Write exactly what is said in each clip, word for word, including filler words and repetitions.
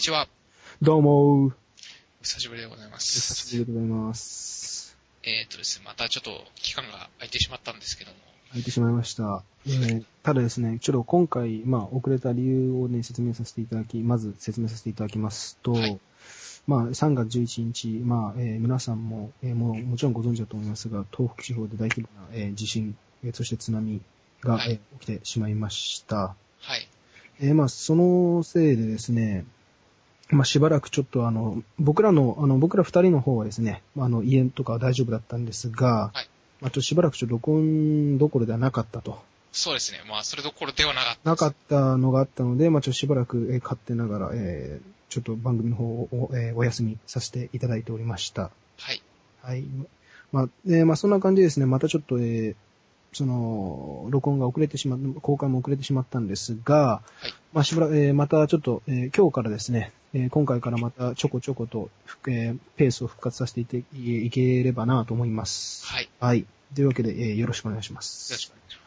ちは。 どうもー。 お久しぶりでございます。 お久しぶりでございます。 えーっとですね、またちょっと期間が空いてしまったんですけども。 空いてしまいました。えー、ただですね、ちょっと今回、まあ、遅れた理由をね、説明させていただき、まず説明させていただきますと、はい、まあ、さんがつじゅういちにち、まあ、えー、皆さんも、えー、もう、もちろんご存知だと思いますが、東北地方で大規模な、えー、地震、えー、そして津波が、はい、えー、起きてしまいました。 はい。 えー、まあ、そのせいでですね、まあ、しばらくちょっとあの、僕らの、あの、僕ら二人の方はですね、あの、家とかは大丈夫だったんですが、はい。まあ、ちょっとしばらくちょっと録音どころではなかったと。 そうですね。まあ、それどころではなかった。 なかったのがあったので、まあ、ちょっとしばらく、えー、勝手ながら、えー、ちょっと番組の方を、えー、お休みさせていただいておりました。 はい。はい。 まあ、えー、まあ、そんな感じですね。またちょっと、えー、その、録音が遅れてしま、公開も遅れてしまったんですが、はい。まあ、しばらく、えー、またちょっと、えー、今日からですね、えー、今回からまたちょこちょこと、えー、ペースを復活させていていければなと思います。 はい。 はい。というわけで、えー、よろしくお願いします。 よろしくお願いします。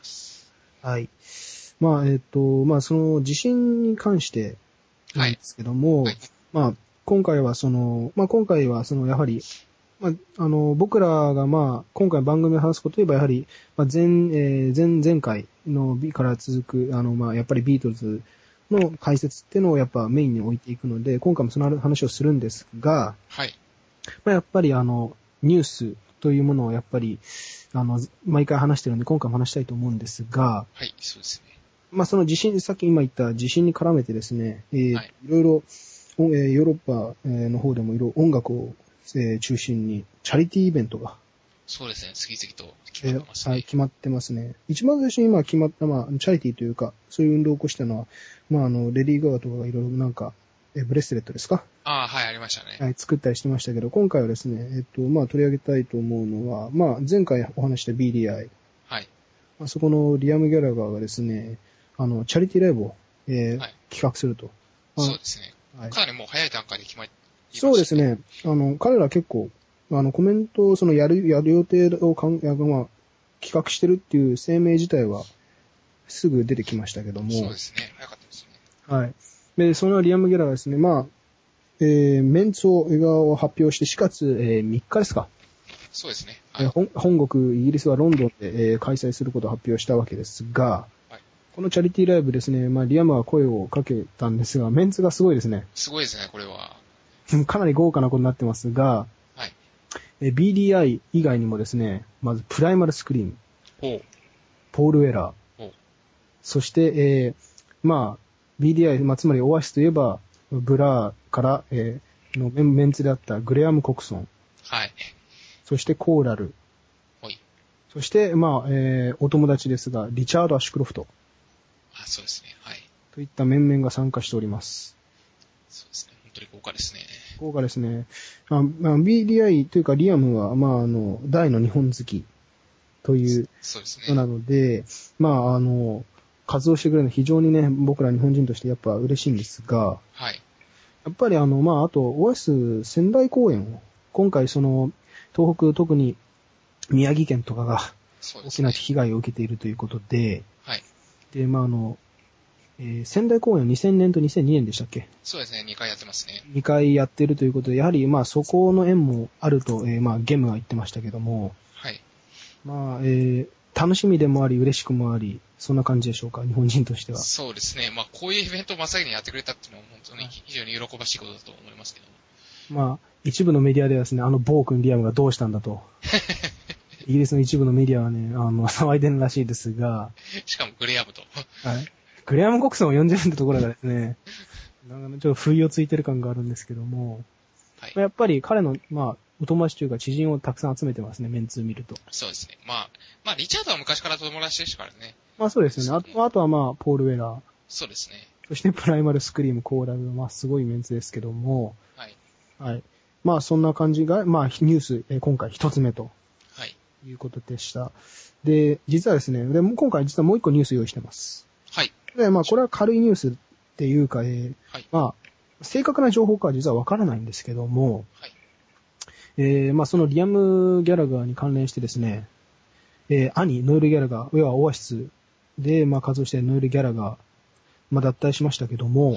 はい。まあ、えっと、まあ、その地震に関してなんですけども、はいはい、まあ、今回はその、まあ、今回はその、やはり、まあ、あの、僕らがまあ、今回番組で話すことといえば、やはり、まあ、前、えー、前、前回の B から続く、あの、まあ、やっぱりビートルズの解説っていうのをやっぱメインに置いていくので、今回もその話をするんですが、 はい。 まあ、やっぱりあの、ニュースというものをやっぱり、あの、毎回話してるので、今回も話したいと思うんですが、 はい、そうですね。 まあ、その地震、さっき今言った地震に絡めてですね、えー、はい、いろいろ、えー、ヨーロッパの方でもいろいろ音楽をえー、中心に、チャリティーイベントが。 そうですね、次々と決まってますね。 えー、はい、決まってますね。一番最初に今決まった、まあ、チャリティーというか、そういう運動を起こしたのは、まあ、あの、レディー・ガガとかがいろいろなんか、えー、ブレスレットですか？ ああ、はい、ありましたね。 はい、作ったりしてましたけど、今回はですね、えっと、まあ、取り上げたいと思うのは、まあ、前回お話した ビーディーアイ。 はい。 まあ、そこのリアム・ギャラガーがですね、あの、チャリティーライブを、えーはい、企画すると。 そうですね。はい、かなりもう早い段階で決まりましたね。 そうですね。あの、彼ら結構、あの、コメントをそのやる、やる予定をかん、やまあ、企画してるっていう声明自体はすぐ出てきましたけども。 そうですね。早かったですね。 はい。で、そのリアム・ギャラがですね、まあ、えー、メンツを、映画を発表してしがつ、えー、みっかですか。 そうですね。はい、 えー、本, 本国、イギリスはロンドンで、えー、開催することを発表したわけですが、はい、このチャリティーライブですね、まあ、リアムは声をかけたんですが、メンツがすごいですね。 すごいですね、これは。 かなり豪華なことになってますが、 はい、 え ビーディーアイ 以外にもですね、まずプライマルスクリーム、ポール・ウェラー、そして、えー、まあ、ビーディーアイ、まあ、つまりオアシスといえば、ブラーから、えー、のメンツであったグレアム・コクソン、 はい、 そしてコーラル、 はい、 そして、まあ、えー、お友達ですが、リチャード・アシュクロフト、 あ、そうですね、はい、 といった面々が参加しております。 そうですね。本当に豪華ですね。 豪華ですね。あまあ、ビーディーアイ というかリアムは、まあ、あの、大の日本好きというのなので、まあ、あの、活動してくれるのは非常にね、僕ら日本人としてやっぱ嬉しいんですが、 はい。 やっぱりあの、まあ、あと、オアシス仙台公演を、今回その、東北、特に宮城県とかが、大きな被害を受けているということで、 はい。 で、まあ、あの、えー、仙台公演はにせんねんとにせんにねんでしたっけ？ そうですね、にかいやってますね。 にかいやってるということで、やはりまあそこの縁もあると、えー、まあゲムは言ってましたけども、 はい。 まあ、えー、楽しみでもあり、嬉しくもあり、そんな感じでしょうか、日本人としては。 そうですね、まあこういうイベントを真っ先にやってくれたっていうのは本当に非常に喜ばしいことだと思いますけども。まあ、一部のメディアではですね、あのボー君リアムがどうしたんだと。イギリスの一部のメディアはね、あの、騒いでるらしいですが。 しかもグレアムと。 はい。グレアム・コクソンを呼んでるってところがですね、なんかちょっと不意をついてる感があるんですけども、はい、やっぱり彼の、まあ、お友達というか知人をたくさん集めてますね、メンツ見ると。 そうですね。まあ、まあ、リチャードは昔から友達でしたからね。 まあそうですよね。あと、あとはまあ、ポール・ウェラー。 そうですね。 そしてプライマルスクリーム、コーラル、まあすごいメンツですけども、 はい。 はい。まあそんな感じが、まあニュース、えー、今回一つ目と。 はい。いうことでした。で、実はですね、で今回実はもう一個ニュース用意してます。 はい。 で、まあこれは軽いニュースっていうか、えーはい、まあ、正確な情報かは実はわからないんですけども、はい、えー、まあそのリアム・ギャラガーに関連してですね、えー、兄、ノエル・ギャラガー、要はオアシスで、まあ活動しているノエル・ギャラガー、まあ脱退しましたけども、はい、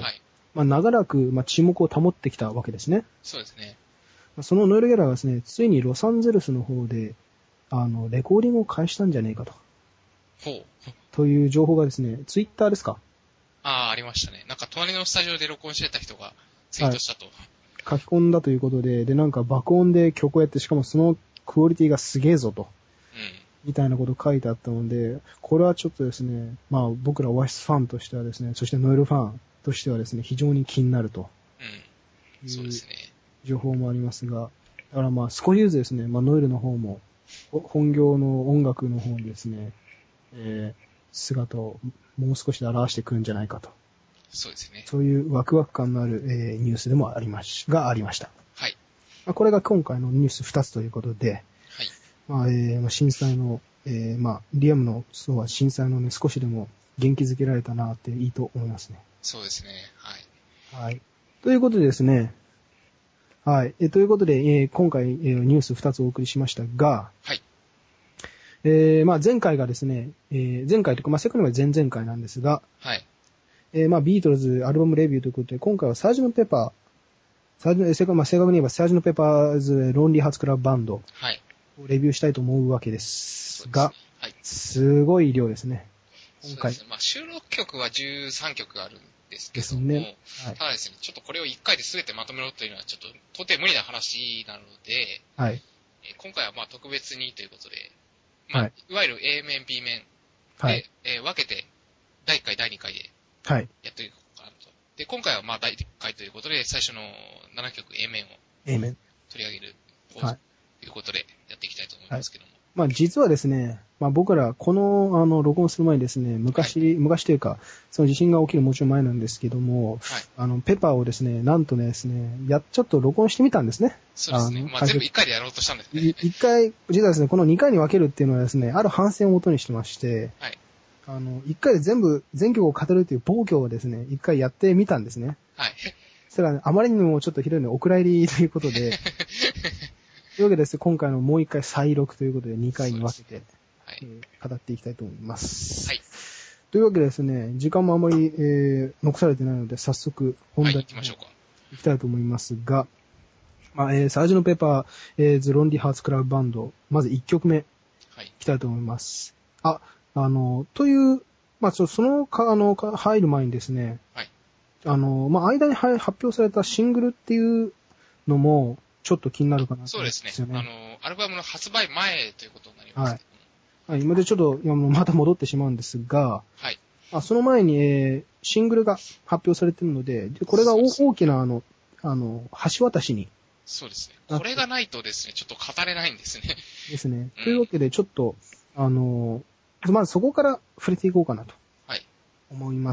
まあ、長らく、まあ、沈黙を保ってきたわけですね。 そうですね。 そのノエル・ギャラーがですね、ついにロサンゼルスの方で、あの、レコーディングを開始したんじゃねえかと。 ほう。 という情報がですね、ツイッターですか？ ああ、ありましたね。なんか隣のスタジオで録音してた人がツイートしたと。はい、 書き込んだということで、で、なんか爆音で曲をやって、しかもそのクオリティがすげえぞと。うん。みたいなこと書いてあったので、これはちょっとですね、まあ僕らオアシスファンとしてはですね、そしてノエルファンとしてはですね、非常に気になると。 うん。そうですね。 情報もありますが、だからまあ少しずつですね、まあノエルの方も、本業の音楽の方にですね、えー、姿をもう少しで表してくるんじゃないかと。 そうですね。 そういうワクワク感のある、えー、ニュースでもありまし、がありました。 はい。 まあ、これが今回のニュースふたつということで、 はい。 まあ、えー、まあ、震災の、えー、まあ、リアムの、そうは震災のね、少しでも元気づけられたなっていいと思いますね。 そうですね。はい。 はい。ということでですね、はい。えー、ということで、えー、今回、えー、ニュースふたつお送りしましたが、 はい。 えー、まあ前回がですね、えー、前回というか、まあ正確には前々回なんですが、 はい。 えー、まあビートルズアルバムレビューということで、今回はサージノペッパー、サージノ、正確、まあ正確に言えばサージノペッパーズロンリーハーツクラブバンドをレビューしたいと思うわけですが、 はいはい、 すごい量ですね。 今回。そうですね。まあ収録曲はじゅうさんきょくあるんですけども、ねはい、ただですね、ちょっとこれをいっかいで全てまとめろというのはちょっと到底無理な話なので、 はい、 えー、今回はまあ特別にということで、まあ、はい、いわゆる A 面、B 面で、はい、えー、分けてだいいっかい、だいにかいでやっていこうかなと。で、今回はまあだいいっかいということで、最初のななきょく A 面を A 面取り上げるということでやっていきたいと思いますけども。はい、 まあ実はですね、まあ僕らこのあの録音する前にですね、昔、はい、昔というか、その地震が起きるもちろん前なんですけども、はい、あのペパーをですね、なんとですね、や、ちょっと録音してみたんですね。 そうですね。まあ全部いっかいでやろうとしたんですね。 いっかい、実はですね、このにかいに分けるっていうのはですね、ある反省をもとにしてまして、はい、あの、いっかいで全部、全曲を語るという暴挙をですね、いっかいやってみたんですね。はい。それは、ね、あまりにもちょっとひどいのでお蔵入りということで、というわけでですね、今回のもう一回再録ということでにかいに分けて、はいえー、語っていきたいと思います。はい。というわけでですね、時間もあまり、えー、残されてないので、早速本題に、はい、行きましょうか。行きたいと思いますが、まあ、えー、サージノペッパー、えー、ズロンリーハーツクラブバンド、まずいっきょくめ、はい。行きたいと思います。あ、あの、という、まあ、その、か、あの、入る前にですね、はい。あの、まあ、間に発表されたシングルっていうのも、ちょっと気になるかなと思うんですよね。 そうですね。あの、アルバムの発売前ということになりますけども。 はい。はい、今でちょっと、また戻ってしまうんですが、はい。あその前に、えー、シングルが発表されているので、でこれが大きな、あの、あの、橋渡しに。 そうですね。これがないとですね、ちょっと語れないんですね。 ですね。うん、というわけで、ちょっと、あの、まずそこから触れていこうかなと。はい。思います。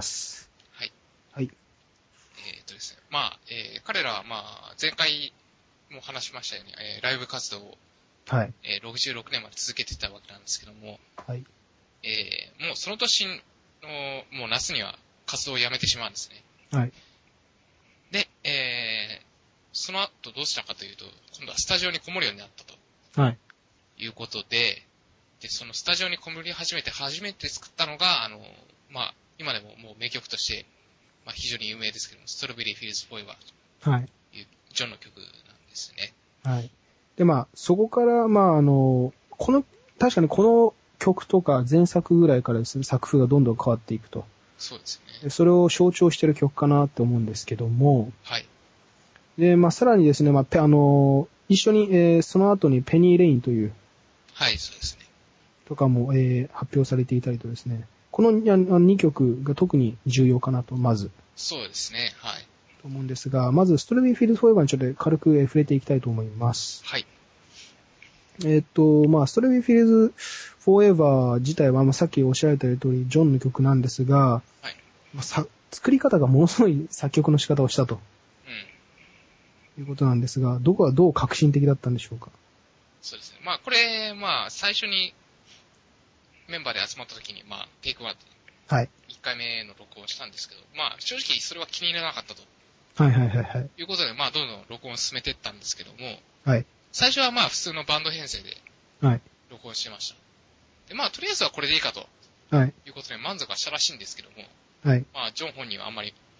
はい。はい。 えー、っとですね。まあ、えー、彼らはまあ、前回も話しましたように、えー、ライブ活動を、はい。えー、ろくじゅうろくねんまで続けてたわけなんですけども、はい。えー、もうその年の、もう夏には活動をやめてしまうんですね。はい。で、えー、その後どうしたかというと、今度はスタジオにこもるようになったと。はい。いうことで、で、そのスタジオにこもり始めて初めて作ったのが、あの、まあ、今でももう名曲として、まあ非常に有名ですけども、ストロベリーフィールズフォーエバーというジョンの曲なんですね。はい。 で、まあ、そこから、まあ、あの、この、確かにこの曲とか前作ぐらいからですね、作風がどんどん変わっていくと。 そうですね。 でそれを象徴している曲かなって思うんですけども、はい。で、まあ、さらにですね、まあ、あの、一緒に、えー、その後にペニー・レインという、 はい、そうですね。 とかも、えー、発表されていたりとですね、このにきょくが特に重要かなと、まず。 そうですね、はい。 と思うんですが、まず、ストロベリーフィールドフォーエバーにちょっと軽く触れていきたいと思います。はい。えっと、まあ、ストロベリーフィールズフォーエバー自体は、まあ、さっきおっしゃられた通り、ジョンの曲なんですが、はい。まあ、さ作り方がものすごい作曲の仕方をしたと。うん。いうことなんですが、どこがどう革新的だったんでしょうか。 そうですね。まあ、これ、まあ、最初にメンバーで集まった時に、まあ、テイクワンで、はい。いっかいめの録音したんですけど、まあ、正直それは気に入らなかったと。はいはいはいはい。いうことで、まあ、どんどん録音を進めていったんですけども、はい。最初はまあ、普通のバンド編成で、はい。録音してました。で、まあ、とりあえずはこれでいいかと。はい。いうことで満足はしたらしいんですけども、はい。まあ、ジョン本人はあんまり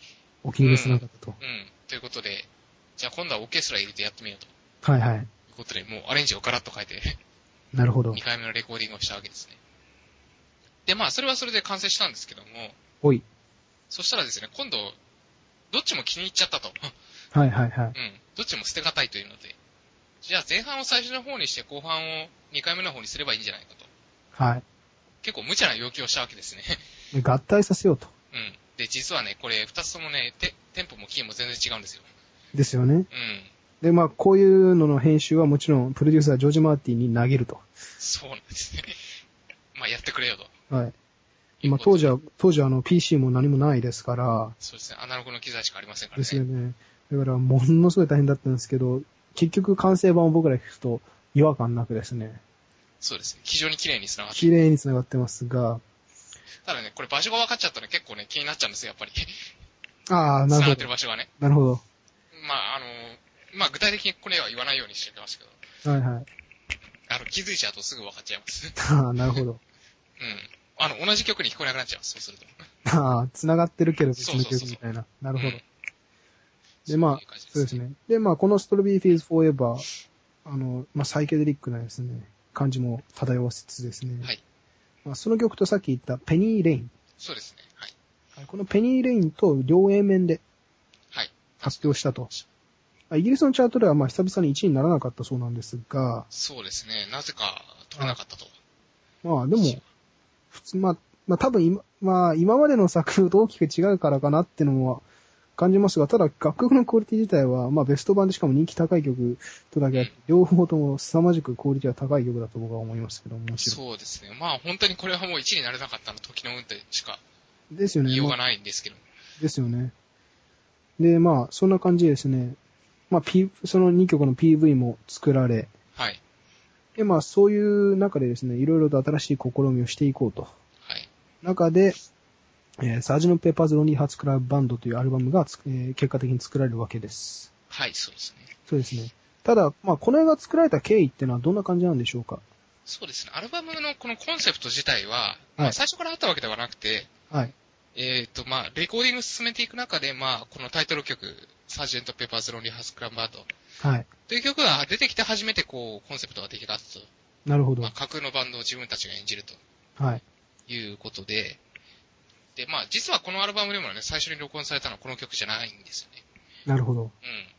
お気に召せなかったと。 うん。うん。ということで、じゃあ今度はオーケストラ入れてやってみようと。はいはい。ということで、もうアレンジをガラッと変えてなるほど。 にかいめのレコーディングをしたわけですね。で、まあ、それはそれで完成したんですけども。 おい。 そしたらですね、今度、どっちも気に入っちゃったと。 はいはいはい。 うん。どっちも捨てがたいというので。じゃあ前半を最初の方にして後半をにかいめの方にすればいいんじゃないかと。 はい。 結構無茶な要求をしたわけですね。 合体させようと。 うん。で、実はね、これ二つともね、テンポもキーも全然違うんですよ。 ですよね。 うん。 で、まあ、こういうのの編集はもちろん、プロデューサー、ジョージ・マーティンに投げると。 そうなんですね。まあ、やってくれよと。 はい。今、当時は、当時はあの、ピーシー も何もないですから。 そうですね。アナログの機材しかありませんからね。 ですよね。だから、ものすごい大変だったんですけど、結局、完成版を僕ら聞くと、違和感なくですね。 そうですね。非常に綺麗に繋がって綺麗に繋がってますが。 ただね、これ場所が分かっちゃったら結構ね、気になっちゃうんですよ、やっぱり。 ああ、なるほど。 繋がってる場所がね。 なるほど。 まあ、あの、まあ、具体的にこれは言わないようにしてましたけど。 はいはい。 あの、気づいちゃうとすぐ分かっちゃいます。 ああ、なるほど。 うん。あの、同じ曲に聞こえなくなっちゃう、そうすると。 ああ、繋がってるけど別の曲みたいな。なるほど。うん、で、まあ、そうですね。で、まあ、このストロベリーフィーズフォーエバー、あの、まあ、サイケデリックなですね、感じも漂わせつつですね。はい。まあ、その曲とさっき言ったペニー・レイン。 そうですね。はい。 はい、このペニー・レインと両 A 面で、はい。発表したと。イギリスのチャートではまあ久々にいちいにならなかったそうなんですが。 そうですね。なぜか取れなかったと。 まあでも、普通、まあ、まあ多分今、まあ今までの作と大きく違うからかなっていうのは感じますが、ただ楽曲のクオリティ自体は、まあベスト版でしかも人気高い曲とだけあって、うん、両方とも凄まじくクオリティは高い曲だと僕は思いますけども。 そうですね。まあ本当にこれはもういちいになれなかったの時の運転しか。 ですよね。 言いようがないんですけど。 ですよね。で、まあそんな感じですね。まあ、P、そのにきょくの ピーブイ も作られ。はい。で、まあ、そういう中でですね、いろいろと新しい試みをしていこうと。はい。中で、えー、サージェント・ペッパーズ・ロンリー・ハーツ・クラブ・バンドというアルバムが、えー、結果的に作られるわけです。 はい、そうですね。 そうですね。ただ、まあ、この映画作られた経緯っていうのはどんな感じなんでしょうか？ そうですね。アルバムのこのコンセプト自体は、はい、まあ、最初からあったわけではなくて、はい。えっと、まあ、レコーディング進めていく中で、まあ、このタイトル曲、サージェント・ペッパーズ・ロンリー・ハーツ・クラブ・バンド。はい。という曲が出てきて初めてこう、コンセプトが出来上がったと。 なるほど。 まあ、架空のバンドを自分たちが演じると。 はい。 いうことで、で、まあ、実はこのアルバムでもね、最初に録音されたのはこの曲じゃないんですよね。 なるほど。うん。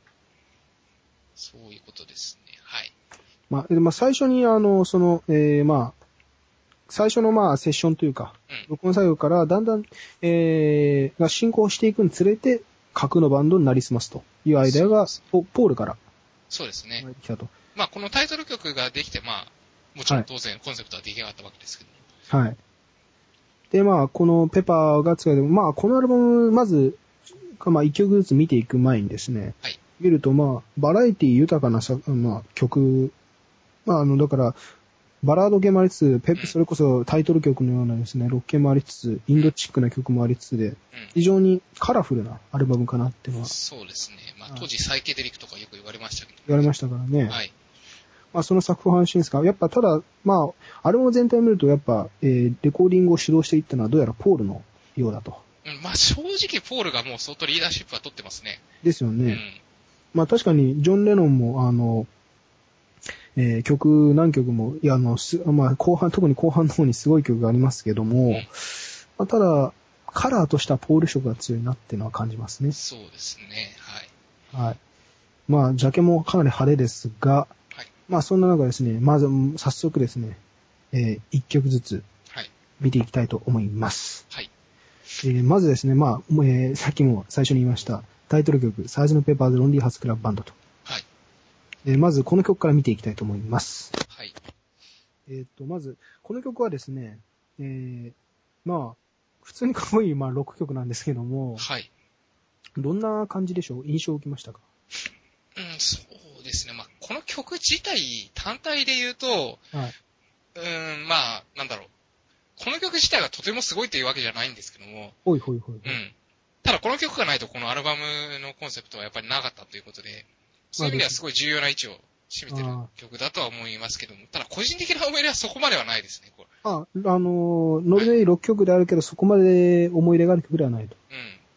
そういうことですね。はい。 まあ、まあ、最初にあの、その、えー、まあ、最初のまあ、セッションというか、うん、録音作業からだんだん、えー、が進行していくにつれて、架空のバンドになりすますというアイデアが、ポールから。 そうですね。 来たと。 まあ、このタイトル曲ができて、まあ、もちろん当然コンセプトは出来上がったわけですけど、 はい。はい。で、まあ、このペパーが使える、まあ、このアルバム、まず、まあ、一曲ずつ見ていく前にですね、はい。見ると、まあ、バラエティ豊かなさ、まあ、曲、まあ、あの、だから、バラード系もありつつ、ペップ、それこそタイトル曲のようなですね、ロック系もありつつ、インドチックな曲もありつつで、非常にカラフルなアルバムかなっていうのは。 そうですね。まあ、当時サイケデリックとかよく言われましたけど、ね。 言われましたからね。 はい。 まあ、その作風安心ですが、やっぱただ、まあ、アルバム全体を見ると、やっぱ、えー、レコーディングを主導していったのはどうやらポールのようだと。 うん、まあ、正直ポールがもう相当リーダーシップは取ってますね。 ですよね。うん、まあ、確かに、ジョン・レノンも、あの、えー、曲何曲も、いや、あの、す、まあ、後半、特に後半の方にすごい曲がありますけども、うん、まあ、ただ、カラーとしてはポール色が強いなっていうのは感じますね。 そうですね、 はい。はい。まあ、ジャケもかなり派手ですが、はい、まあ、そんな中ですね、まず、早速ですね、えー、一曲ずつ、見ていきたいと思います。はい。えー、まずですね、まあ、えー、さっきも最初に言いました、タイトル曲、サージェント・ペッパーズ・ロンリー・ハーツ・クラブ・バンドと。えー、まずこの曲から見ていきたいと思います。はい。えっ、ー、と、まず、この曲はですね、えー、まあ、普通にかっこいい、まあ、ロック曲なんですけども、はい。どんな感じでしょう？印象を受けましたか？ うん、そうですね。まあ、この曲自体、単体で言うと、はい。うーん、まあ、なんだろう。この曲自体はとてもすごいというわけじゃないんですけども、 ほいほいほい。うん。 ただこの曲がないとこのアルバムのコンセプトはやっぱりなかったということで、そういう意味ではすごい重要な位置を占めてる曲だとは思いますけども、ただ個人的な思い入れはそこまではないですね、これ。 あ、あのー、ノルウェーろっきょくであるけど、はい、そこまで思い入れがある曲ではないと。 うん。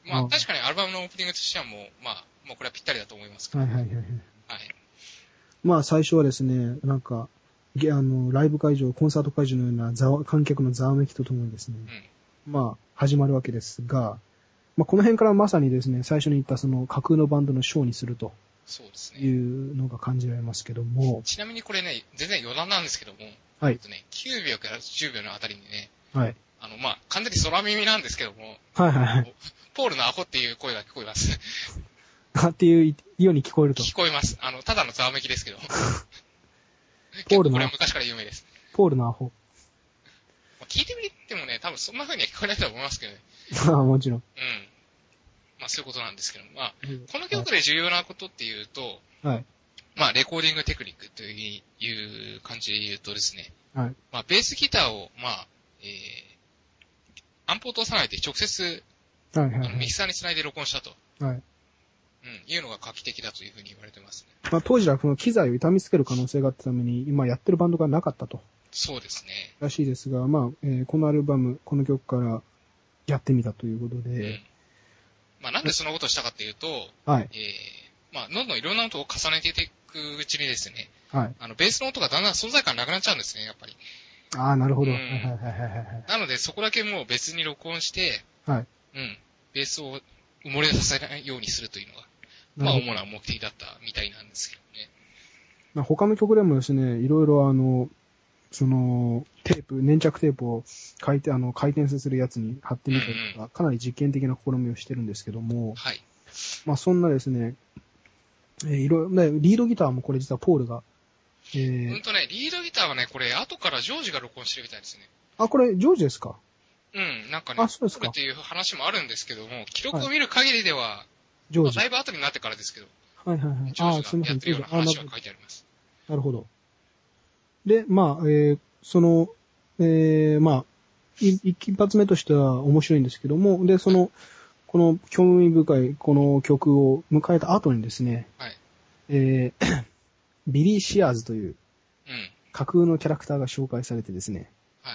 まあ確かにアルバムのオープニングとしてはもう、まあ、もうこれはぴったりだと思いますけど。はいはいはい。はい。 まあ最初はですね、なんか、あの、ライブ会場、コンサート会場のようなざわ観客のざわめきとともにですね、うん、まあ始まるわけですが、まあこの辺からまさにですね、最初に言ったその架空のバンドのショーにすると。そうですね。いうのが感じられますけども。 ちなみにこれね、全然余談なんですけども、 はい。えっとね、きゅうびょうからじゅうびょうのあたりにね、 はい。 あの、まあ、完全に空耳なんですけども、 はいはいはい。 ポールのアホっていう声が聞こえます。 あっていうように聞こえると。 聞こえます。あの、ただのざわめきですけど。ポールの。これは昔から有名です。 ポールのアホ。 聞いてみてもね、多分そんな風には聞こえないと思いますけどね。 ああ、もちろん。うん。 まあそういうことなんですけど、まあ、うん、この曲で重要なことっていうと、 はい。 まあ、レコーディングテクニックという感じで言うとですね、 はい。 まあ、ベースギターを、まあ、えー、アンプを通さないで直接、はいはいはい、あのミキサーにつないで録音したと。はい。うん、いうのが画期的だというふうに言われてますね。 まあ、当時はこの機材を痛みつける可能性があったために、今やってるバンドがなかったと。 そうですね。 らしいですが、まあ、えー、このアルバム、この曲からやってみたということで、うん、 まあ、なんでそんなことをしたかっていうと、 はい。 えー、まあ、どんどんいろんな音を重ねていくうちにですね、 はい。 あの、ベースの音がだんだん存在感なくなっちゃうんですね、やっぱり。 ああ、なるほど。 うん、はいはいはいはい。なので、そこだけもう別に録音して、はい。うん。ベースを埋もれさせないようにするというのが、まあ、主な目的だったみたいなんですけどね。 まあ、他の曲でもですね、いろいろあの、その、テープ、粘着テープを回転、あの、回転させるやつに貼ってみたりとか、うんうん、かなり実験的な試みをしてるんですけども、はい。まあ、そんなですね、えー、いろいろ、ね、リードギターもこれ実はポールが、 えー、うんとね、リードギターはね、これ、後からジョージが録音してるみたいですね。 あ、これ、ジョージですか？ うん、なんかね、 あ、そうですか。 っていう話もあるんですけども、記録を見る限りでは、はい、ジョージ。まあ、だいぶ後になってからですけど、 はいはいはい。 ジョージがやってるような話が書いてあります。 なるほど。で、まあ、えー、その、えー、まあ、一発目としては面白いんですけども、で、その、この興味深いこの曲を迎えた後にですね、はい、えー、ビリー・シアーズという、架空のキャラクターが紹介されてですね、はい、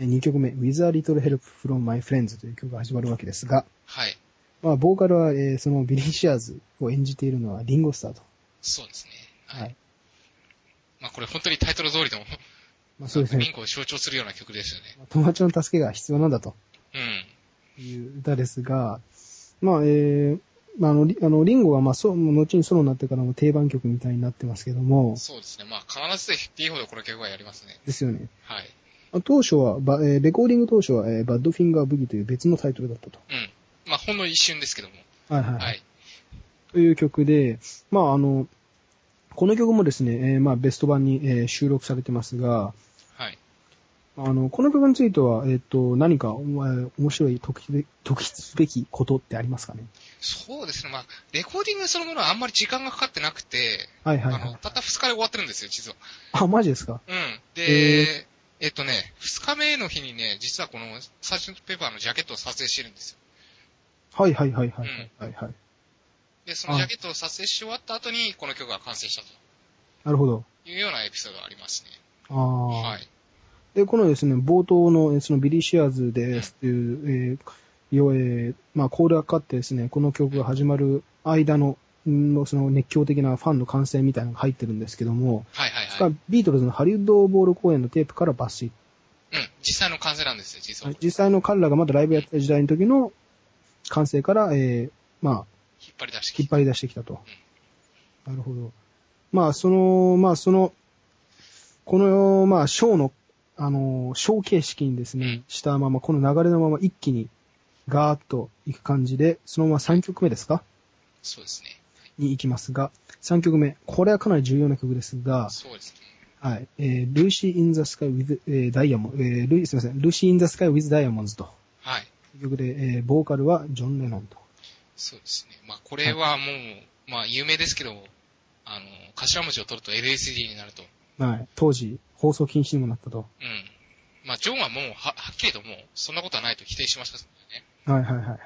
にきょくめ、With a Little Help from My Friends という曲が始まるわけですが、はい、まあ、ボーカルは、えー、そのビリー・シアーズを演じているのはリンゴスターと。 そうですね。はい。はい、まあ、これ本当にタイトル通りの、 まあ、そうですね。 リンゴを象徴するような曲ですよね。 友達の助けが必要なんだと。うん。いう歌ですが、まあ、えー、まあ、あの、あのリンゴが、まあ、そう、後にソロになってからも定番曲みたいになってますけども。 そうですね。まあ、必ずと言っていいほどこの曲はやりますね。 ですよね。 はい。 当初は、ばえー、レコーディング当初は、えー、バッドフィンガーブギという別のタイトルだったと。 うん。まあ、ほんの一瞬ですけども。 はいはい。はい。という曲で、まあ、あの、この曲もですね、えー、まあ、ベスト版に、えー、収録されてますが、はい。あの、この曲については、えっと、何か、お前、面白い特筆すべきことってありますかね？ そうですね。まあ、レコーディングそのものはあんまり時間がかかってなくて、 はいはい、はい。 あの、たったふつかで終わってるんですよ、実は。 あ、マジですか？ うん。で、えー、えっとね、ふつかめの日にね、実はこのサージェントペーパーのジャケットを撮影してるんですよ。 はいはいはいはい、はい、はい。 で、そのジャケットを撮影し終わった後に、この曲が完成したと。なるほど。 いうようなエピソードがありますね。 ああ。はい。で、このですね、冒頭の、そのビリー・シアーズですっていう、うん、えー、要えー、まあ、コールがかかってですね、この曲が始まる間の、のその熱狂的なファンの歓声みたいなのが入ってるんですけども、 はいはいはい。 ビートルズのハリウッドボール公演のテープから抜粋。 うん、実際の歓声なんですよ、実は。 実際の彼らがまだライブやってた時代の時の歓声から、えー、まあ、 引っ張り出してきた。 引っ張り出してきたと。うん、なるほど。まあ、その、まあ、その、この、まあ、ショーの、あの、ショー形式にですね、うん、したまま、この流れのまま一気にガーッと行く感じで、そのままさんきょくめですか？ そうですね。 に行きますが、さんきょくめ。これはかなり重要な曲ですが、 そうですね。 はい。えー、Lucy in the Sky with、えー、Diamond、えー、ルイ、すみません。Lucy in the Sky with Diamonds と。 はい。 曲で、えー、ボーカルはジョン・レノンと。 そうですね。まあ、これはもう、はい、まあ、有名ですけど、あの、頭文字を取ると エルエスディー になると。 はい。当時、放送禁止にもなったと。うん。 まあ、ジョンはもう、は、はっきりともう、そんなことはないと否定しましたね。 はいはいはい。はい。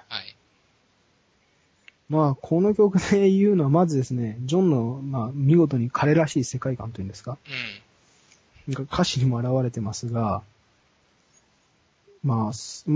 まあ、この曲で言うのは、まずですね、ジョンの、まあ、見事に彼らしい世界観というんですか。うん。歌詞にも現れてますが、まあ、まあ、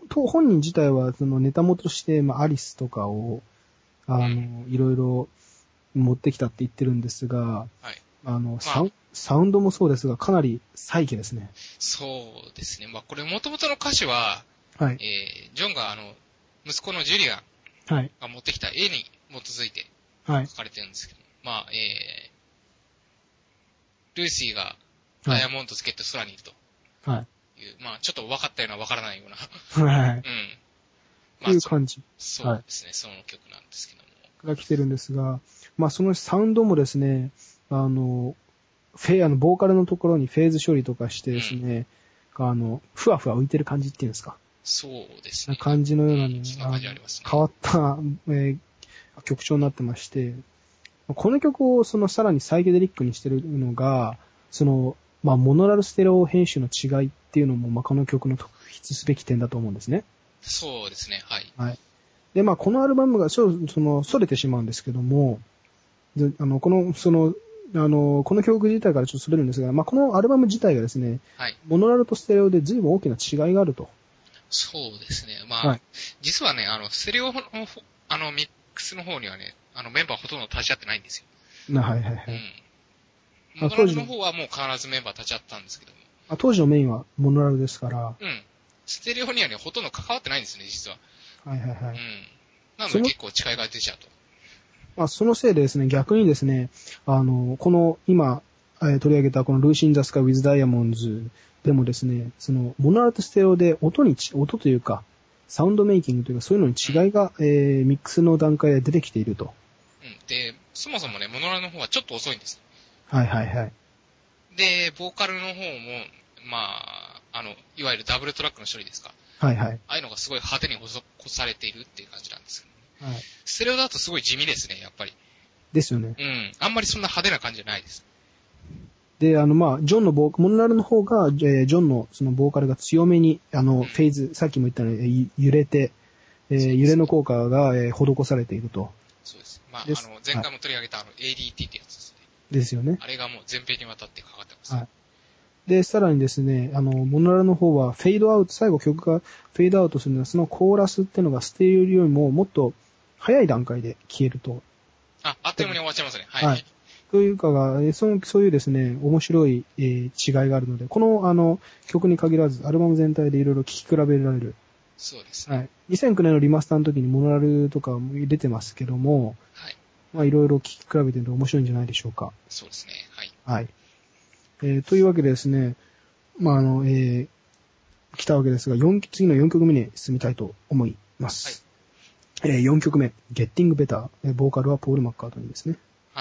と本人自体はそのネタ元として、まあ、アリスとかを、あの、うん、いろいろ持ってきたって言ってるんですが、はい、あの、まあ、サウ、サウンドもそうですが、かなり再起ですね。 そうですね。まあ、これ元々の歌詞は、はい、えー、ジョンがあの、息子のジュリアンが持ってきた絵に基づいて書かれてるんですけど、はい、まあ、えー、ルーシーがダイヤモンドつけて空にいると。はい。いう、まあ、ちょっと分かったような分からないような。はい。うん。 まあ、いう感じ。 そうですね、はい、その曲なんですけども。 が来てるんですが、まあ、そのサウンドもですね、あの、フェアのボーカルのところにフェーズ処理とかしてですね、うん、あの、ふわふわ浮いてる感じっていうんですか。 そうですね。 感じのようなね、 うん、そんな感じありますね。 変わった、えー、曲調になってまして、この曲をそのさらにサイケデリックにしてるのが、その、まあ、モノラルステレオ編集の違いっていうのも、まあ、この曲の特筆すべき点だと思うんですね。 そうですね、はい。 はい。で、まあ、このアルバムが、その、逸れてしまうんですけども、で、あの、この、その、あの、この曲自体からちょっと逸れるんですが、まあ、このアルバム自体がですね、はい、モノラルとステレオで随分大きな違いがあると。 そうですね。まあ、はい、実はね、あの、ステレオの、あの、ミックスの方にはね、あの、メンバーほとんど立ち会ってないんですよ。 はいはいはい。うん。 モノラルの方はもう必ずメンバー立ち会ったんですけども。 あ、当時のメインはモノラルですから。 うん。ステレオにはね、ほとんど関わってないんですね、実は。 はいはいはい。うん。 なので結構違いが出ちゃうと。 まあ、そのせいでですね、逆にですね、あの、この今、えー、取り上げたこのルーシー・イン・ザ・スカイ・ウィズ・ダイヤモンズでもですね、そのモノラルとステレオで音に、音というか、サウンドメイキングというか、そういうのに違いが、うん、えー、ミックスの段階で出てきていると。 うん。で、そもそもね、モノラルの方はちょっと遅いんです。 はいはいはい。 で、ボーカルの方も、まあ、あの、いわゆるダブルトラックの処理ですか。 はいはい。 ああいうのがすごい派手に施されているっていう感じなんですけど、ね。 はい。 ステレオだとすごい地味ですね、やっぱり。 ですよね。 うん。あんまりそんな派手な感じじゃないです。 で、あの、まあ、ジョンのボーカル、モノラルの方が、えー、ジョンのそのボーカルが強めに、あの、うん、フェーズ、さっきも言ったように、揺れて、えー、揺れの効果が、えー、施されていると。 そうです。まあ、あの、前回も取り上げた、あの、エーディーティー ってやつですね。 ですよね。 あれがもう全編にわたってかかってます。 はい。で、さらにですね、あの、モノラルの方は、フェードアウト、最後曲がフェードアウトするのは、そのコーラスっていうのがステレオよりももっと早い段階で消えると。 あ、あっという間に終わっちゃいますね。はい。はい。 というかが、その、そういうですね、面白い、えー、違いがあるので、この、あの、曲に限らず、アルバム全体でいろいろ聴き比べられる。 そうですね。 はい。にせんきゅうねんのリマスターの時にモノラルとかも出てますけども、はい。まあ、いろいろ聴き比べてると面白いんじゃないでしょうか。 そうですね。はい。 はい。えー、というわけでですね、まあ、あの、えー、来たわけですが、よん次のよんきょくめに進みたいと思います。はい。えー、よんきょくめ、Getting Better。ボーカルはポール・マッカートニーですね。 はい。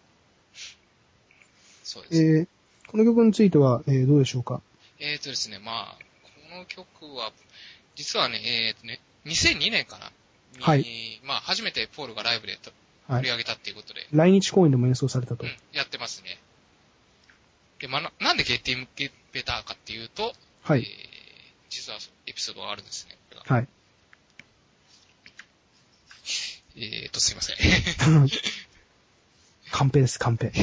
そうですね。 えー、この曲については、えー、どうでしょうか。 えーとですね、まあ、この曲は、実はね、えーとね、にせんにねんかな。 はい。 まあ、初めてポールがライブで取り上げたっていうことで。 はい、来日公演でも演奏されたと。 うん、やってますね。で、まあ、な、なんで Getting Better かっていうと、 はい。 えー、実はエピソードがあるんですね。 はい。 えーと、すいません。 カンペです、カンペ。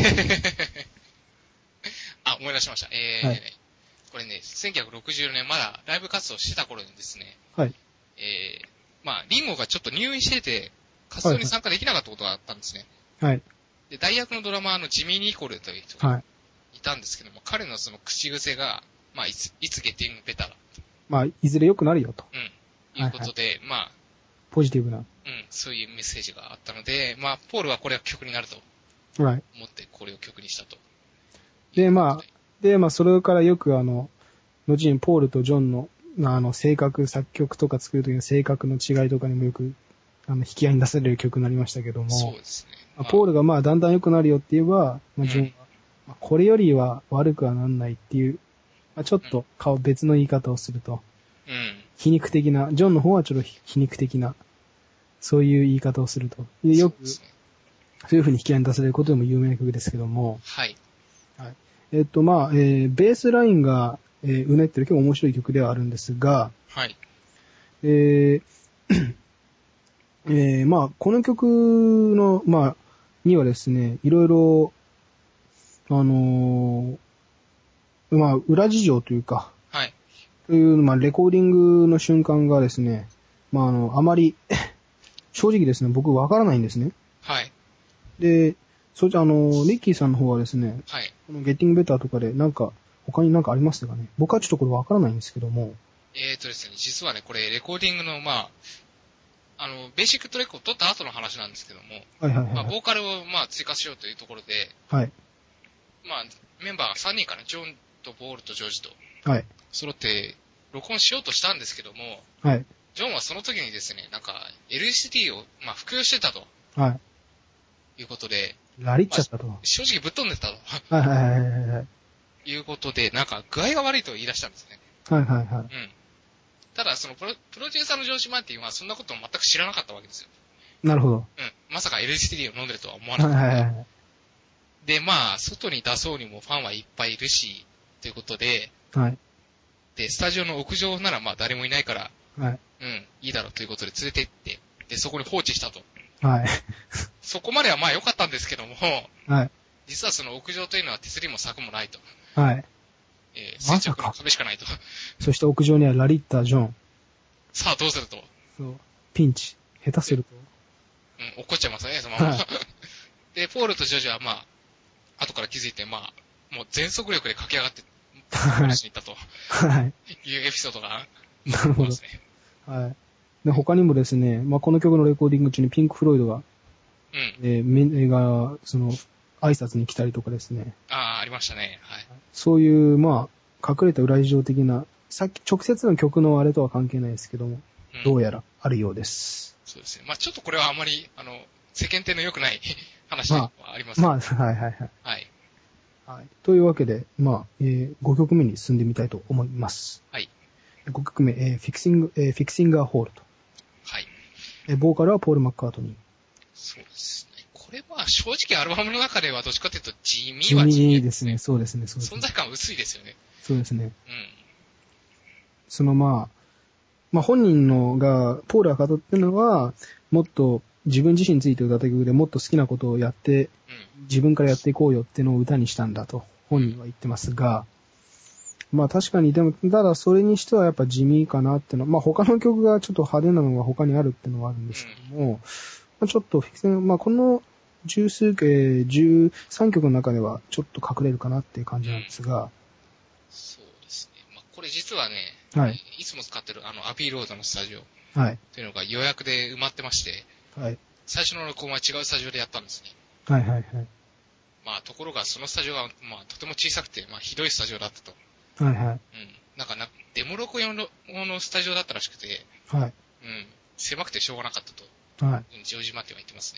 あ、思い出しました。えー、はい、これね、せんきゅうひゃくろくじゅうよねんまだライブ活動してた頃にですね、 はい。 えー、まあ、リンゴがちょっと入院してて、活動に参加できなかったことがあったんですね。 はい。 で、代役のドラマーのジミー・ニコルという人がいたんですけども、はい、彼のその口癖が、まあ、いつ、いつゲッティングベター。 まあ、いずれ良くなるよと。 うん。いうことで、はいはい、まあ、 ポジティブな。うん、 そういうメッセージがあったので、まあ、ポールはこれは曲になると。 はい。 思ってこれを曲にしたと。 で、まあ、で、まあ、それからよくあの、後にポールとジョンの、あの、性格、作曲とか作るときの性格の違いとかにもよく、あの、引き合いに出される曲になりましたけども。 そうですね。 まあ、ポールがまあ、だんだん良くなるよって言えば、まあ、ジョンは、うん、まあ、これよりは悪くはなんないっていう、まあ、ちょっと顔、別の言い方をすると。うん。皮肉的な、ジョンの方はちょっと皮肉的な、そういう言い方をすると。でよく、そういう風に引き合いに出されることでも有名な曲ですけども。 はい。 はい。えっと、まあ、えー、ベースラインが、えー、うねってる結構面白い曲ではあるんですが、 はい。 えー、えー、まあ、この曲の、まあ、にはですね、いろいろ、あのー、まあ、裏事情というか、 はい。 という、まあ、レコーディングの瞬間がですね、まあ、あの、あまり、正直ですね、僕わからないんですね。 はい。 で、それじゃあの、リッキーさんの方はですね、 はい。 このゲッティングベターとかでなんか、他になんかありますかね？僕はちょっとこれわからないんですけども。 えーとですね、実はね、これレコーディングの、まあ、あの、ベーシックトレックを取った後の話なんですけども、 はいはいはい。 まあ、ボーカルを、まあ、追加しようというところで、 はい。 まあ、メンバーがさんにんかな、ジョンとボールとジョージと、 はい。 揃って、録音しようとしたんですけども、 はい。 ジョンはその時にですね、なんか、エルエスディー を、まあ、服用してたと。 はい。 いうことで、 ラリっちゃったと。 まあ、正直ぶっ飛んでたと。 はいはいはいはいはい。 いうことで、なんか、具合が悪いと言い出したんですね。 はいはいはい。 うん。ただ、そのプロ、プロデューサーのジョージ・マーティンはそんなことを全く知らなかったわけですよ。 なるほど。 うん。まさか エルエスディー を飲んでるとは思わなかった。はいはいはい。で、まあ、外に出そうにもファンはいっぱいいるし、ということで、 はい。 で、スタジオの屋上ならまあ誰もいないから、 はい。 うん、いいだろうということで連れて行って、で、そこに放置したと。 はい。 そこまではまあ良かったんですけども、 はい。 実はその屋上というのは手すりも柵もないと。 はい。 えー、垂直の壁しかないと。 そして屋上にはラリッタ・ジョン。 さあどうすると。 そう。ピンチ。下手すると。 うん、怒っちゃいますね、そのまま。はい、で、ポールとジョージはまあ、後から気づいて、まあ、もう全速力で駆け上がって、ポリスに行ったと。はい。いうエピソードが、 なるほど。はい。で、他にもですね、まあ、この曲のレコーディング中にピンク・フロイドが、うん。えー、が、その、挨拶に来たりとかですね。 ああ、ありましたね。はい。 そういう、まあ、隠れた裏事情的な、さっき直接の曲のあれとは関係ないですけども、うん、どうやらあるようです。 そうですね。まあちょっとこれはあまり、あの、世間体の良くない話ではありますまあ、まあ、はいはいはい。 はい。 はい。というわけで、まあ、えー、ごきょくめに進んでみたいと思います。 はい。 ごきょくめ、えー、フィクシング、えー、フィクシンガーホールと。 はい。 えー、ボーカルはポール・マッカートニー。 そうですね。これは正直アルバムの中ではどっちかというと地味は地味ですね。そうですね、そうですね。 存在感薄いですよね。 そうですね。 うん。 そのまあ、まあ本人のが、ポールが語ってるのは、もっと自分自身について歌った曲でもっと好きなことをやって、うん、自分からやっていこうよっていうのを歌にしたんだと本人は言ってますが、まあ確かに、でも、ただそれにしてはやっぱ地味かなっていうのは、まあ他の曲がちょっと派手なのが他にあるっていうのはあるんですけども、うん、まあ、ちょっと、まあこの十数、えー、十三曲の中ではちょっと隠れるかなっていう感じなんですが、うん、 そうですね。まあこれ実はね、 はい。 いつも使ってるあのアビーロードのスタジオ。 はい。 というのが予約で埋まってまして、 はい。 最初の録音は違うスタジオでやったんですね。 はいはいはい。 まあところがそのスタジオはまあとても小さくて、まあひどいスタジオだったと。 はいはい。 うん。なんかな、デモ録音用のスタジオだったらしくて、 はい。 うん。狭くてしょうがなかったと。はい。 ジョージ・マーティンは言ってますね。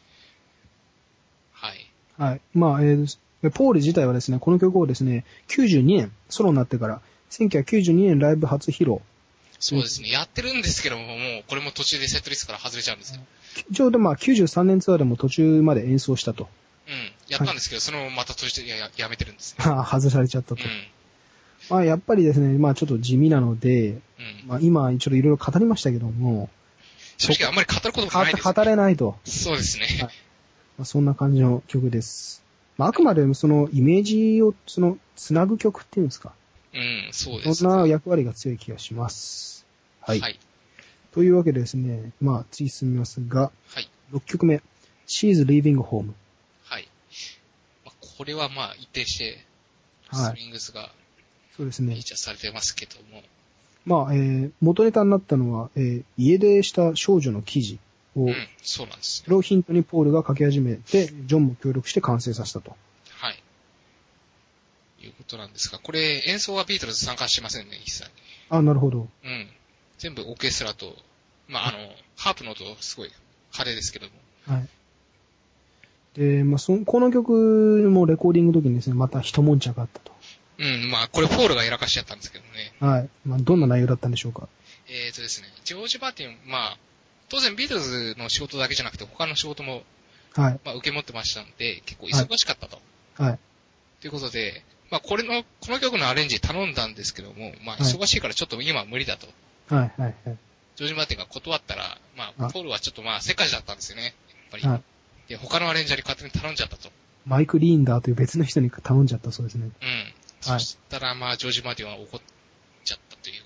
はい。 はい。まあ、えー、ポール自体はですね、この曲をですね、きゅうじゅうにねん、ソロになってから、せんきゅうひゃくきゅうじゅうにねんライブ初披露。 そうですね。やってるんですけども、もう、これも途中でセットリストから外れちゃうんですよ。 ちょうどまあ、きゅうじゅうさんねんツアーでも途中まで演奏したと。 うん。やったんですけど、はい、そのまた途中で や, やめてるんですね。 ああ、外されちゃったと。 うん。 まあ、やっぱりですね、まあ、ちょっと地味なので、うん、まあ、今、ちょっといろいろ語りましたけども、 正直あんまり語ることがないです、ね。 語れないと。 そうですね。はい、 まあ、そんな感じの曲です。まあ、あくまでそのイメージを、その、つなぐ曲っていうんですか。 うん、そうですね。 そんな役割が強い気がします。はい。はい。というわけでですね、まあ、次進みますが、はい。ろっきょくめ、She's Leaving Home。 はい。まあ、これはまあ、一定して、ストリングスが、 そうですね。 フィーチャーされてますけども。 まあ、えー、元ネタになったのは、えー、家出した少女の記事を、うん、 そうなんです、ね。 それをヒントにポールが書き始めて、ジョンも協力して完成させたと。 はい。いうことなんですが、これ演奏はビートルズ参加してませんね、一切。 あ、なるほど。 うん。全部オーケストラと、まあ、あの、ハープの音すごい派手ですけども。 はい。で、まあ、そこの曲もレコーディングの時にですね、また一悶着あったと。 うん、まあ、これポールがやらかしちゃったんですけどね。 はい。まあ、どんな内容だったんでしょうか。 えーとですね、ジョージ・マーティン、まあ、当然ビートルズの仕事だけじゃなくて他の仕事も、はい。まあ、受け持ってましたので、結構忙しかったと。はい。ということで、まあ、これの、この曲のアレンジ頼んだんですけども、まあ、忙しいからちょっと今は無理だと。はい、はい、はい。ジョージ・マーティンが断ったら、まあ、ポールはちょっとまあ、せっかちだったんですよね。やっぱり。はい。で、他のアレンジャーに勝手に頼んじゃったと。 マイク・リーンダーという別の人に頼んじゃったそうですね。 うん。そしたら、まあ、ジョージ・マーティンは怒っちゃったという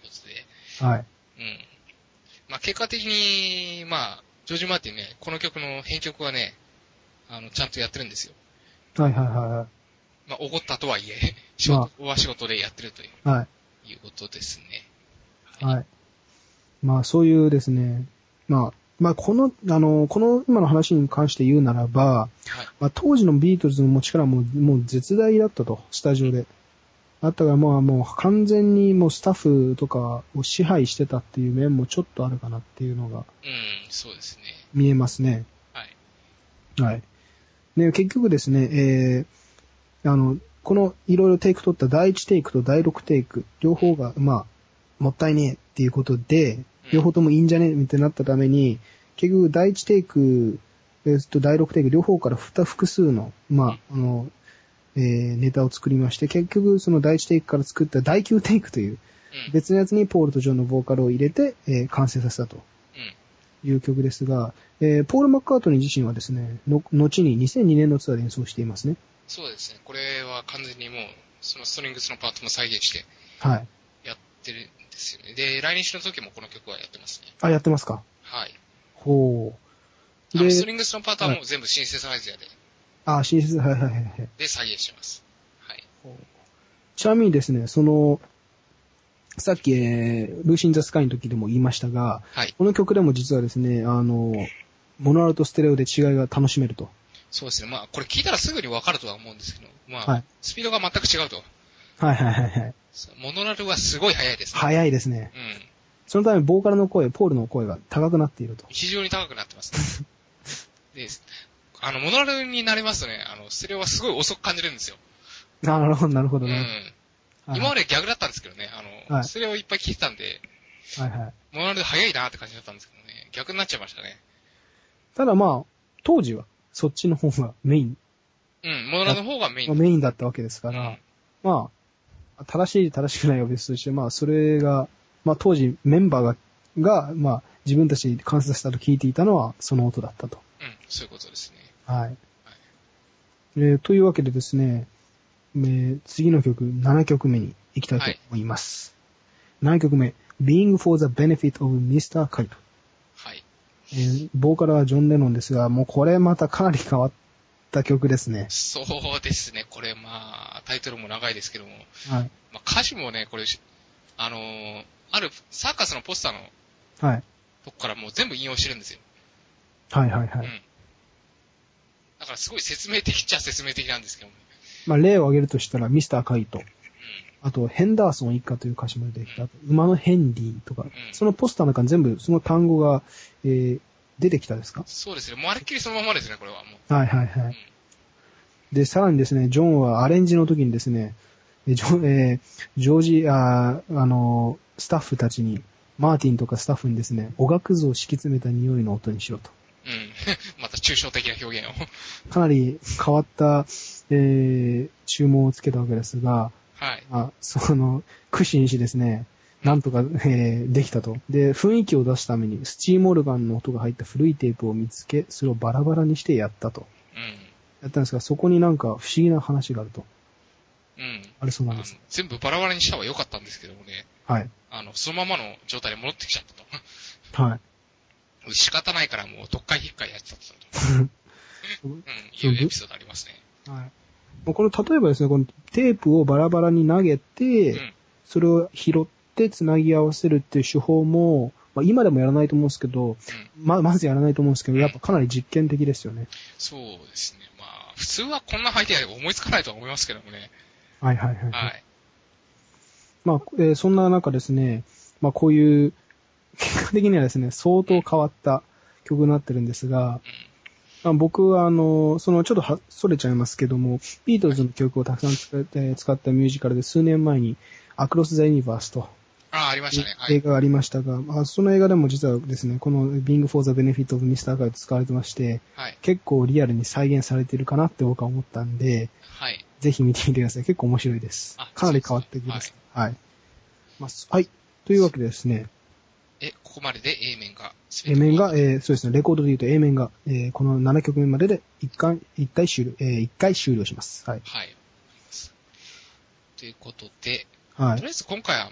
はい。 うん。まあ結果的に、まあ、ジョージ・マーティンね、この曲の編曲はね、あの、ちゃんとやってるんですよ。 はいはいはいはい。 まあ、おごったとはいえ、仕事は仕事でやってるという、はい、いうことですね。 はい。はい。まあそういうですね、まあ、まあこの、あの、この今の話に関して言うならば、はい、まあ当時のビートルズの持ちからももう絶大だったと、スタジオで。あったからまあもう完全にもうスタッフとかを支配してたっていう面もちょっとあるかなっていうのが。うん、 そうですね。 見えますね。はい。はい。で、結局ですね、えー、あの、このいろいろテイク取っただいいちテイクとだいろくテイク、両方が、まあ、もったいねえっていうことで、両方ともいいんじゃねえってなったために、結局だいいちテイク、えー、とだいろくテイク両方から複数の、まあ、あの、えー、ネタを作りまして、結局そのだいいちテイクから作っただいきゅうテイクという、別のやつにポールとジョンのボーカルを入れて、えー、完成させたという曲ですが、えー、ポール・マッカートニー自身はですね、の、後ににせんにねんのツアーで演奏していますね。 そうですね。これは完全にもう、そのストリングスのパートも再現して、はい。やってるんですよね。で、来日の時もこの曲はやってますね。 あ、やってますか。 はい。 ほう。で、ストリングスのパートはもう全部シンセサイザーで。 あ、シンセサイザー、はいはいはい。 で、再現してます。はい。 ちなみにですね、その、さっき、えー、ルーシン・ザ・スカイの時でも言いましたが、はい、この曲でも実はですね、あの、モノラルとステレオで違いが楽しめると。 そうですね。まあ、これ聞いたらすぐにわかるとは思うんですけど、まあ、はい、スピードが全く違うと。 はいはいはいはい。 モノラルはすごい速いですね。 速いですね。うん。そのため、ボーカルの声、ポールの声が高くなっていると。 非常に高くなってますね。で、あの、モノラルになりますとね、あの、ステレオはすごい遅く感じるんですよ。 なるほど、なるほど、ね。 うん。今まで逆だったんですけどね、あの、はい、ステレオいっぱい聞いてたんで、はいはい。モノラルで速いなって感じだったんですけどね、逆になっちゃいましたね。 ただまあ、当時は、そっちの方がメイン。 うん、モノラルの方がメイン。 メインだったわけですから、うん、まあ、正しい正しくないは別として、まあ、それが、まあ当時メンバーが、が、まあ、自分たちで観察したと聞いていたのは、その音だったと。 うん、そういうことですね。 はい。はい、えー、というわけでですね、えー、次の曲、ななきょくめに行きたいと思います。はい、ななきょくめ、Being for the Benefit of ミスター Kite。はい。えー、ボーカルはジョン・レノンですが、もうこれまたかなり変わった曲ですね。 そうですね。これまあ、タイトルも長いですけども。はい。まあ歌詞もね、これ、あのー、あるサーカスのポスターの、はい。とこからもう全部引用してるんですよ。 はいはいはい。うん。 だからすごい説明的っちゃ説明的なんですけども。 まあ例を挙げるとしたら、ミスター・カイト。うん。あと、ヘンダーソン一家という歌詞も出てきた。うん、馬のヘンディとか、うん。そのポスターの中に全部その単語が、えー、出てきたですか？ そうですね。もうあれっきりそのままですね、これはもう。はいはいはい。うん、で、さらにですね、ジョンはアレンジの時にですね、ジョ,、えー、ジョージ、あ, あの、スタッフたちに、マーティンとかスタッフにですね、おがくずを敷き詰めた匂いの音にしろと。 うん。また抽象的な表現を。 かなり変わった、えー、注文をつけたわけですが、はい。まあ、その、苦心しですね、なんとか、えー、できたと。で、雰囲気を出すために、スチームオルガンの音が入った古いテープを見つけ、それをバラバラにしてやったと。うん。やったんですが、そこになんか不思議な話があると。うん。あれそうなんです。 全部バラバラにした方が良かったんですけどもね。はい。あの、そのままの状態で戻ってきちゃったと。はい。仕方ないからもう、どっかい引っかいやっちゃったと。うん。いうエピソードありますね。 はい。この、例えばですね、このテープをバラバラに投げて、うん、それを拾って繋ぎ合わせるっていう手法も、まあ、今でもやらないと思うんですけど、うん、ま、まずやらないと思うんですけど、やっぱかなり実験的ですよね。 そうですね。まあ、普通はこんなアイデア思いつかないとは思いますけどもね。 はいはいはい。はい。まあ、えー、そんな中ですね、まあこういう、結果的にはですね、相当変わった曲になってるんですが、まあ、僕はあの、そのちょっとは、それちゃいますけども、ビートルズの曲をたくさん使って、使ったミュージカルで数年前に、アクロス・ザ・ユニバースと、 ああ、ありましたね。はい、 映画がありましたが、まあ、その映画でも実はですね、この Being for the Benefit of ミスター Kite 使われてまして、はい、結構リアルに再現されているかなって僕は思ったんで、はい、ぜひ見てみてください。結構面白いです。かなり変わってきます。はい。はい。まあ、はい。というわけでですね。 え、ここまでで A 面が A 面が、えー、そうですね、レコードで言うと A 面が、えー、このななきょくめまでで一回、一回終了、えー、一回終了します。はい。 はい。ということで、はい。とりあえず今回はまあ、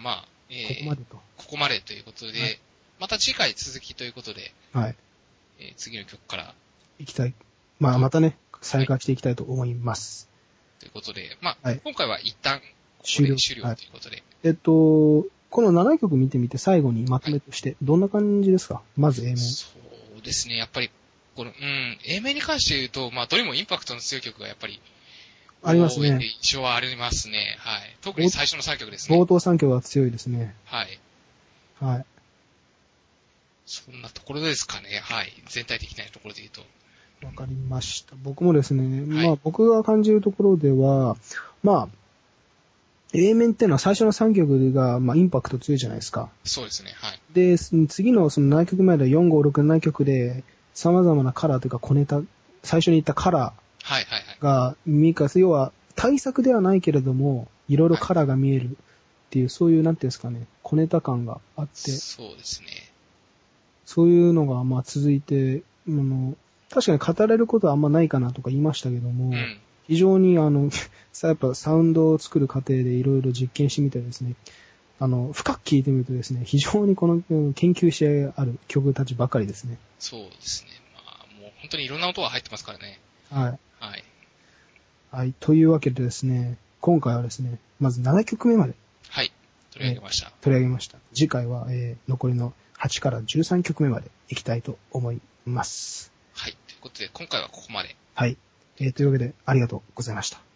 えー、 ここまでと。 ここまでということで、はい、また次回続きということで、 はい。 えー、次の曲から行きたい。まあ、またね、再開していきたいと思います。 はい、ということで、まあ、はい、今回は一旦、 終了。 終了ということで。はい、 えっと、このななきょく見てみて最後にまとめとして、どんな感じですか？まず A 面。 そうですね、やっぱり、この、うん、A 面に関して言うと、まあ、どれもインパクトの強い曲がやっぱり、 ありますね。 印象はありますね。はい。特に最初のさんきょくですね。 冒頭さんきょくは強いですね。 はい。 はい。 そんなところですかね。はい。全体的なところで言うと。 わかりました。僕もですね、はい、まあ僕が感じるところでは、まあ、A 面っていうのは最初のさんきょくが、まあ、インパクト強いじゃないですか。 そうですね。はい。 で、次のそのななきょくまでよん、ご、ろく、ななきょくで、様々なカラーというか小ネタ、最初に言ったカラーが見かす、要は対策ではないけれども、いろいろカラーが見えるっていう、はい、そういう、なんていうんですかね、小ネタ感があって。 そうですね。 そういうのが、まあ、続いて、あの、確かに語れることはあんまないかなとか言いましたけども、うん、非常にあの、やっぱサウンドを作る過程でいろいろ実験してみてですね、あの、深く聞いてみるとですね、非常にこの研究しある曲たちばかりですね。 そうですね。まあ、もう本当にいろんな音が入ってますからね。 はい。 はい。 はい。というわけでですね、今回はですね、まずななきょくめまで。 はい。取り上げました。えー、 取り上げました。次回は、えー、残りのはちからじゅうさんきょくめまで行きたいと思います。 はい。ということで、今回はここまで。 はい。えー、というわけで、ありがとうございました。